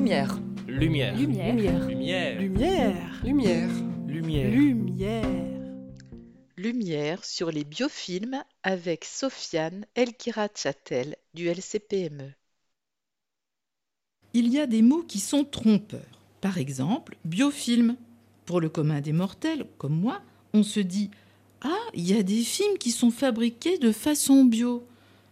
Lumière. Lumière. Lumière. Lumière. Lumière. Lumière. Lumière. Lumière. Lumière sur les biofilms avec Sofiane Elkirat-Chatel du LCPME. Il y a des mots qui sont trompeurs. Par exemple, biofilm. Pour le commun des mortels, comme moi, on se dit « Ah, il y a des films qui sont fabriqués de façon bio ».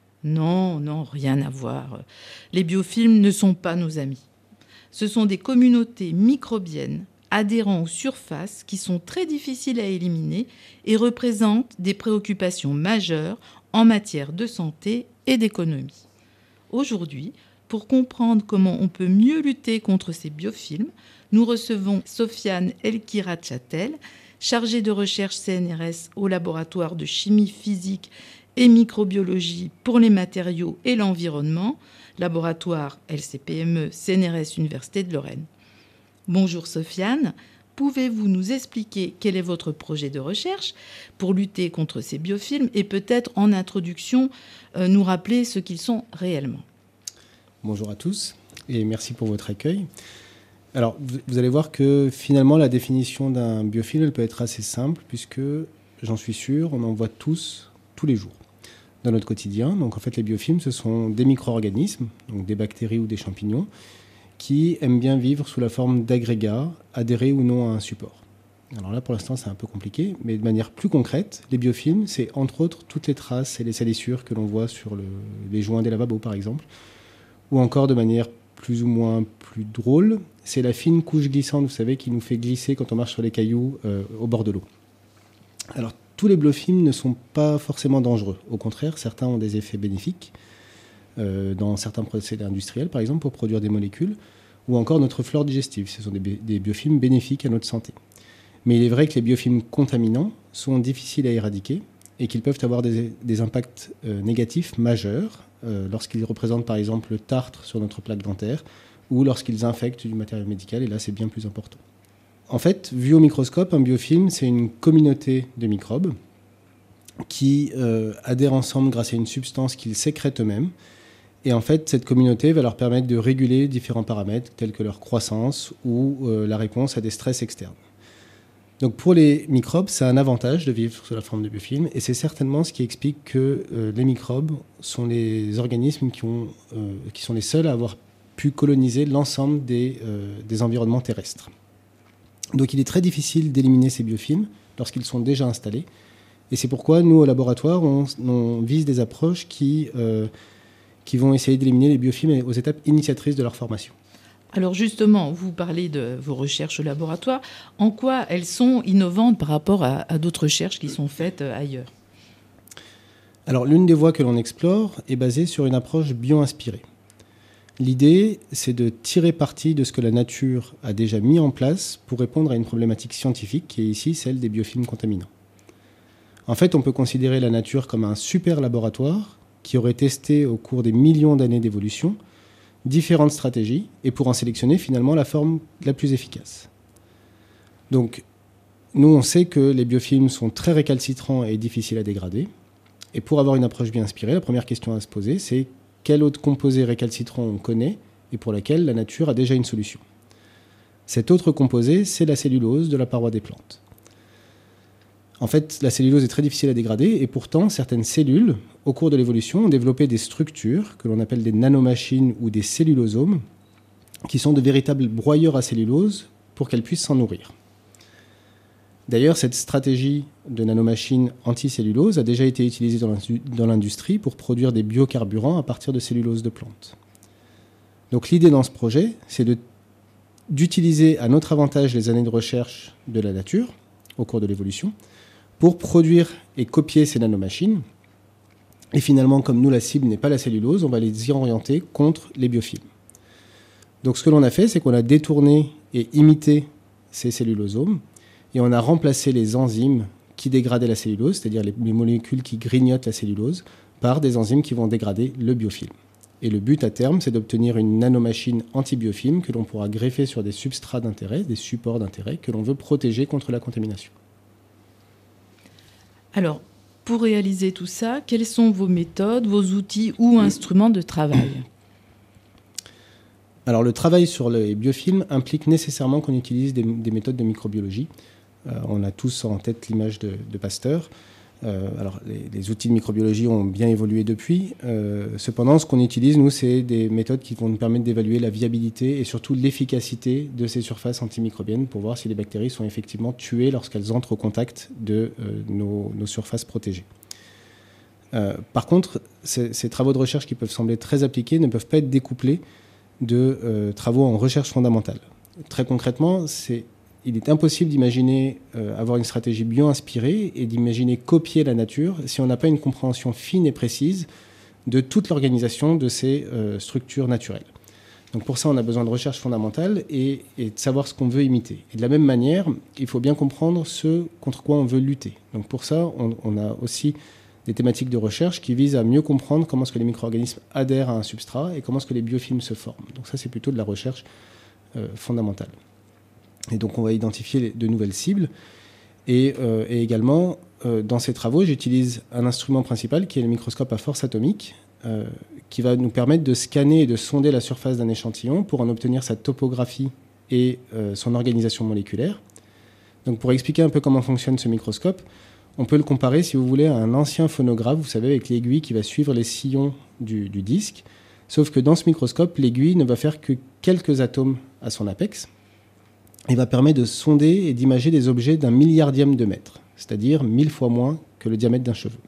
Non, rien à voir. Les biofilms ne sont pas nos amis. Ce sont des communautés microbiennes adhérant aux surfaces qui sont très difficiles à éliminer et représentent des préoccupations majeures en matière de santé et d'économie. Aujourd'hui, pour comprendre comment on peut mieux lutter contre ces biofilms, nous recevons Sofiane Elkirat-Chatel, chargée de recherche CNRS au laboratoire de chimie physique et microbiologie pour les matériaux et l'environnement, laboratoire LCPME CNRS Université de Lorraine. Bonjour Sofiane, pouvez-vous nous expliquer quel est votre projet de recherche pour lutter contre ces biofilms et peut-être en introduction nous rappeler ce qu'ils sont réellement ? Bonjour à tous et merci pour votre accueil. Alors, vous allez voir que finalement, la définition d'un biofilm, elle peut être assez simple puisque, j'en suis sûr, on en voit tous les jours dans notre quotidien. Donc, en fait, les biofilms, ce sont des micro-organismes, donc des bactéries ou des champignons, qui aiment bien vivre sous la forme d'agrégats, adhérés ou non à un support. Alors là, pour l'instant, c'est un peu compliqué, mais de manière plus concrète, les biofilms, c'est entre autres toutes les traces et les salissures que l'on voit sur les joints des lavabos, par exemple, ou encore de manière plus ou moins plus drôle, c'est la fine couche glissante, vous savez, qui nous fait glisser quand on marche sur les cailloux au bord de l'eau. Alors, tous les biofilms ne sont pas forcément dangereux. Au contraire, certains ont des effets bénéfiques dans certains procédés industriels, par exemple, pour produire des molécules, ou encore notre flore digestive. Ce sont des biofilms bénéfiques à notre santé. Mais il est vrai que les biofilms contaminants sont difficiles à éradiquer et qu'ils peuvent avoir des impacts négatifs majeurs lorsqu'ils représentent par exemple le tartre sur notre plaque dentaire ou lorsqu'ils infectent du matériel médical, et là c'est bien plus important. En fait, vu au microscope, un biofilm c'est une communauté de microbes qui adhèrent ensemble grâce à une substance qu'ils sécrètent eux-mêmes, et en fait cette communauté va leur permettre de réguler différents paramètres tels que leur croissance ou la réponse à des stress externes. Donc pour les microbes, c'est un avantage de vivre sous la forme de biofilm, et c'est certainement ce qui explique que les microbes sont les organismes qui sont les seuls à avoir pu coloniser l'ensemble des environnements terrestres. Donc il est très difficile d'éliminer ces biofilms lorsqu'ils sont déjà installés, et c'est pourquoi nous au laboratoire on vise des approches qui vont essayer d'éliminer les biofilms aux étapes initiatrices de leur formation. Alors justement, vous parlez de vos recherches au laboratoire. En quoi elles sont innovantes par rapport à d'autres recherches qui sont faites ailleurs ? Alors l'une des voies que l'on explore est basée sur une approche bio-inspirée. L'idée, c'est de tirer parti de ce que la nature a déjà mis en place pour répondre à une problématique scientifique qui est ici celle des biofilms contaminants. En fait, on peut considérer la nature comme un super laboratoire qui aurait testé au cours des millions d'années d'évolution différentes stratégies et pour en sélectionner finalement la forme la plus efficace. Donc, nous, on sait que les biofilms sont très récalcitrants et difficiles à dégrader. Et pour avoir une approche bien inspirée, la première question à se poser, c'est quel autre composé récalcitrant on connaît et pour laquelle la nature a déjà une solution. Cet autre composé, c'est la cellulose de la paroi des plantes. En fait, la cellulose est très difficile à dégrader et pourtant, certaines cellules, au cours de l'évolution, ont développé des structures que l'on appelle des nanomachines ou des cellulosomes, qui sont de véritables broyeurs à cellulose pour qu'elles puissent s'en nourrir. D'ailleurs, cette stratégie de nanomachine anticellulose a déjà été utilisée dans l'industrie pour produire des biocarburants à partir de cellulose de plantes. Donc l'idée dans ce projet, c'est d'utiliser à notre avantage les années de recherche de la nature au cours de l'évolution pour produire et copier ces nanomachines. Et finalement, comme nous, la cible n'est pas la cellulose, on va les y orienter contre les biofilms. Donc ce que l'on a fait, c'est qu'on a détourné et imité ces cellulosomes et on a remplacé les enzymes qui dégradaient la cellulose, c'est-à-dire les molécules qui grignotent la cellulose, par des enzymes qui vont dégrader le biofilm. Et le but à terme, c'est d'obtenir une nanomachine anti-biofilm que l'on pourra greffer sur des substrats d'intérêt, des supports d'intérêt que l'on veut protéger contre la contamination. Alors, pour réaliser tout ça, quelles sont vos méthodes, vos outils ou instruments de travail ? Alors le travail sur les biofilms implique nécessairement qu'on utilise des méthodes de microbiologie. On a tous en tête l'image de Pasteur. Alors les outils de microbiologie ont bien évolué depuis. Cependant, ce qu'on utilise, nous, c'est des méthodes qui vont nous permettre d'évaluer la viabilité et surtout l'efficacité de ces surfaces antimicrobiennes pour voir si les bactéries sont effectivement tuées lorsqu'elles entrent au contact de nos surfaces protégées. Par contre, ces travaux de recherche qui peuvent sembler très appliqués ne peuvent pas être découplés de travaux en recherche fondamentale. Très concrètement, il est impossible d'imaginer avoir une stratégie bio-inspirée et d'imaginer copier la nature si on n'a pas une compréhension fine et précise de toute l'organisation de ces structures naturelles. Donc pour ça, on a besoin de recherche fondamentale et de savoir ce qu'on veut imiter. Et de la même manière, il faut bien comprendre ce contre quoi on veut lutter. Donc pour ça, on a aussi des thématiques de recherche qui visent à mieux comprendre comment est-ce que les micro-organismes adhèrent à un substrat et comment est-ce que les biofilms se forment. Donc ça, c'est plutôt de la recherche fondamentale. Et donc, on va identifier de nouvelles cibles. Et également, dans ces travaux, j'utilise un instrument principal qui est le microscope à force atomique, qui va nous permettre de scanner et de sonder la surface d'un échantillon pour en obtenir sa topographie et son organisation moléculaire. Donc, pour expliquer un peu comment fonctionne ce microscope, on peut le comparer, si vous voulez, à un ancien phonographe, vous savez, avec l'aiguille qui va suivre les sillons du disque. Sauf que dans ce microscope, l'aiguille ne va faire que quelques atomes à son apex. Il va permettre de sonder et d'imager des objets d'1 milliardième de mètre, c'est-à-dire 1000 fois moins que le diamètre d'un cheveu.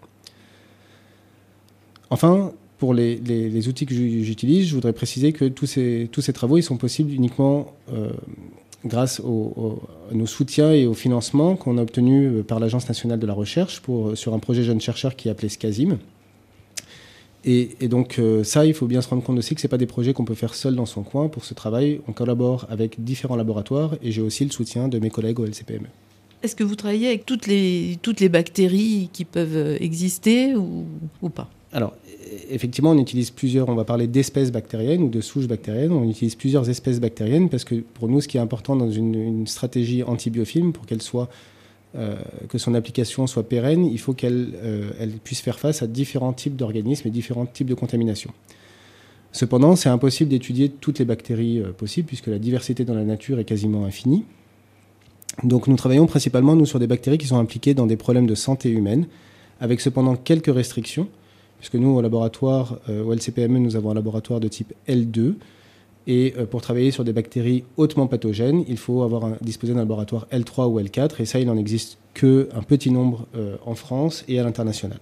Enfin, pour les outils que j'utilise, je voudrais préciser que tous ces travaux ils sont possibles uniquement grâce à nos soutiens et au financement qu'on a obtenu par l'Agence nationale de la recherche sur un projet jeune chercheur qui est appelé SCASIM. Et donc ça, il faut bien se rendre compte aussi que ce n'est pas des projets qu'on peut faire seul dans son coin. Pour ce travail, on collabore avec différents laboratoires et j'ai aussi le soutien de mes collègues au LCPME. Est-ce que vous travaillez avec toutes les bactéries qui peuvent exister ou pas ? Alors, effectivement, on va parler d'espèces bactériennes ou de souches bactériennes. On utilise plusieurs espèces bactériennes parce que pour nous, ce qui est important dans une stratégie anti-biofilm, pour qu'elle soit que son application soit pérenne, il faut qu'elle puisse faire face à différents types d'organismes et différents types de contamination. Cependant, c'est impossible d'étudier toutes les bactéries possibles puisque la diversité dans la nature est quasiment infinie. Donc nous travaillons principalement sur des bactéries qui sont impliquées dans des problèmes de santé humaine, avec cependant quelques restrictions, puisque nous, au laboratoire, au LCPME, nous avons un laboratoire de type L2, et pour travailler sur des bactéries hautement pathogènes, il faut disposer d'un laboratoire L3 ou L4, et ça, il n'en existe qu'un petit nombre en France et à l'international.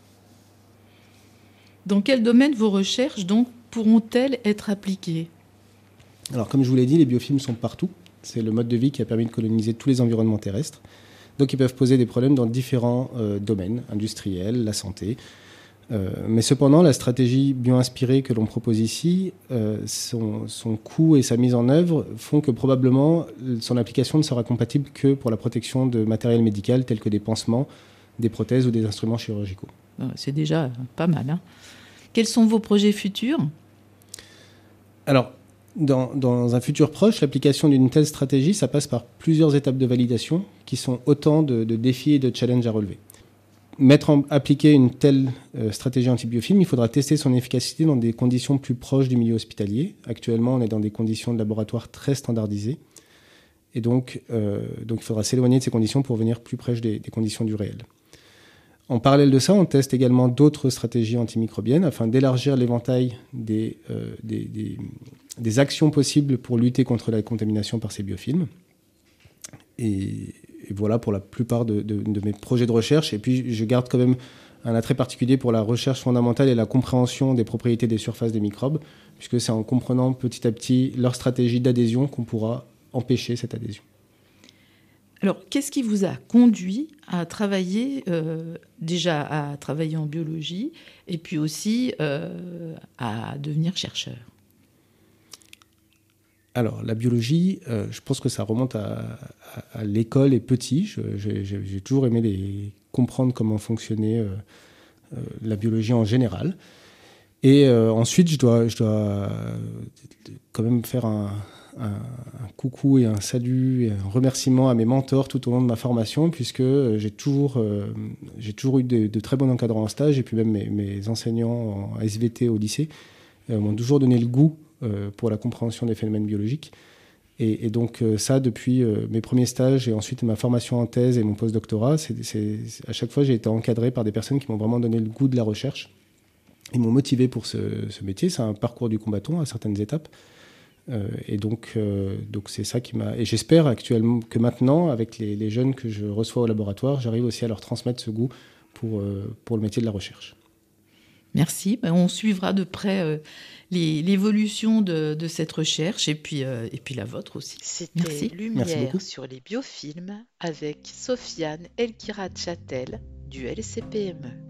Dans quel domaine vos recherches donc pourront-elles être appliquées ? Alors, comme je vous l'ai dit, les biofilms sont partout. C'est le mode de vie qui a permis de coloniser tous les environnements terrestres. Donc, ils peuvent poser des problèmes dans différents domaines, industriels, la santé. Mais cependant, la stratégie bio-inspirée que l'on propose ici, son coût et sa mise en œuvre font que probablement son application ne sera compatible que pour la protection de matériel médical tel que des pansements, des prothèses ou des instruments chirurgicaux. C'est déjà pas mal, hein. Quels sont vos projets futurs ? Alors, dans un futur proche, l'application d'une telle stratégie, ça passe par plusieurs étapes de validation qui sont autant de défis et de challenges à relever. Appliquer une telle stratégie anti-biofilm, il faudra tester son efficacité dans des conditions plus proches du milieu hospitalier. Actuellement, on est dans des conditions de laboratoire très standardisées. Et donc il faudra s'éloigner de ces conditions pour venir plus proche des conditions du réel. En parallèle de ça, on teste également d'autres stratégies antimicrobiennes afin d'élargir l'éventail des actions possibles pour lutter contre la contamination par ces biofilms. Et voilà pour la plupart de mes projets de recherche. Et puis, je garde quand même un attrait particulier pour la recherche fondamentale et la compréhension des propriétés des surfaces des microbes, puisque c'est en comprenant petit à petit leur stratégie d'adhésion qu'on pourra empêcher cette adhésion. Alors, qu'est-ce qui vous a conduit à travailler, déjà à travailler en biologie, et puis aussi à devenir chercheur ? Alors, la biologie, je pense que ça remonte à l'école et petit. J'ai toujours aimé comprendre comment fonctionnait la biologie en général. Et ensuite, je dois quand même faire un coucou et un salut et un remerciement à mes mentors tout au long de ma formation, puisque j'ai toujours eu de très bons encadrants en stage, et puis même mes enseignants en SVT au lycée m'ont toujours donné le goût pour la compréhension des phénomènes biologiques. Et donc ça, depuis mes premiers stages et ensuite ma formation en thèse et mon post-doctorat, à chaque fois j'ai été encadré par des personnes qui m'ont vraiment donné le goût de la recherche. Ils m'ont motivé pour ce métier. C'est un parcours du combattant à certaines étapes. Et donc c'est ça qui m'a... Et j'espère actuellement que maintenant, avec les jeunes que je reçois au laboratoire, j'arrive aussi à leur transmettre ce goût pour le métier de la recherche. Merci. On suivra de près l'évolution de cette recherche et puis la vôtre aussi. C'était Merci. Lumière sur les biofilms avec Sofiane Elkirat-Chatel du LCPME.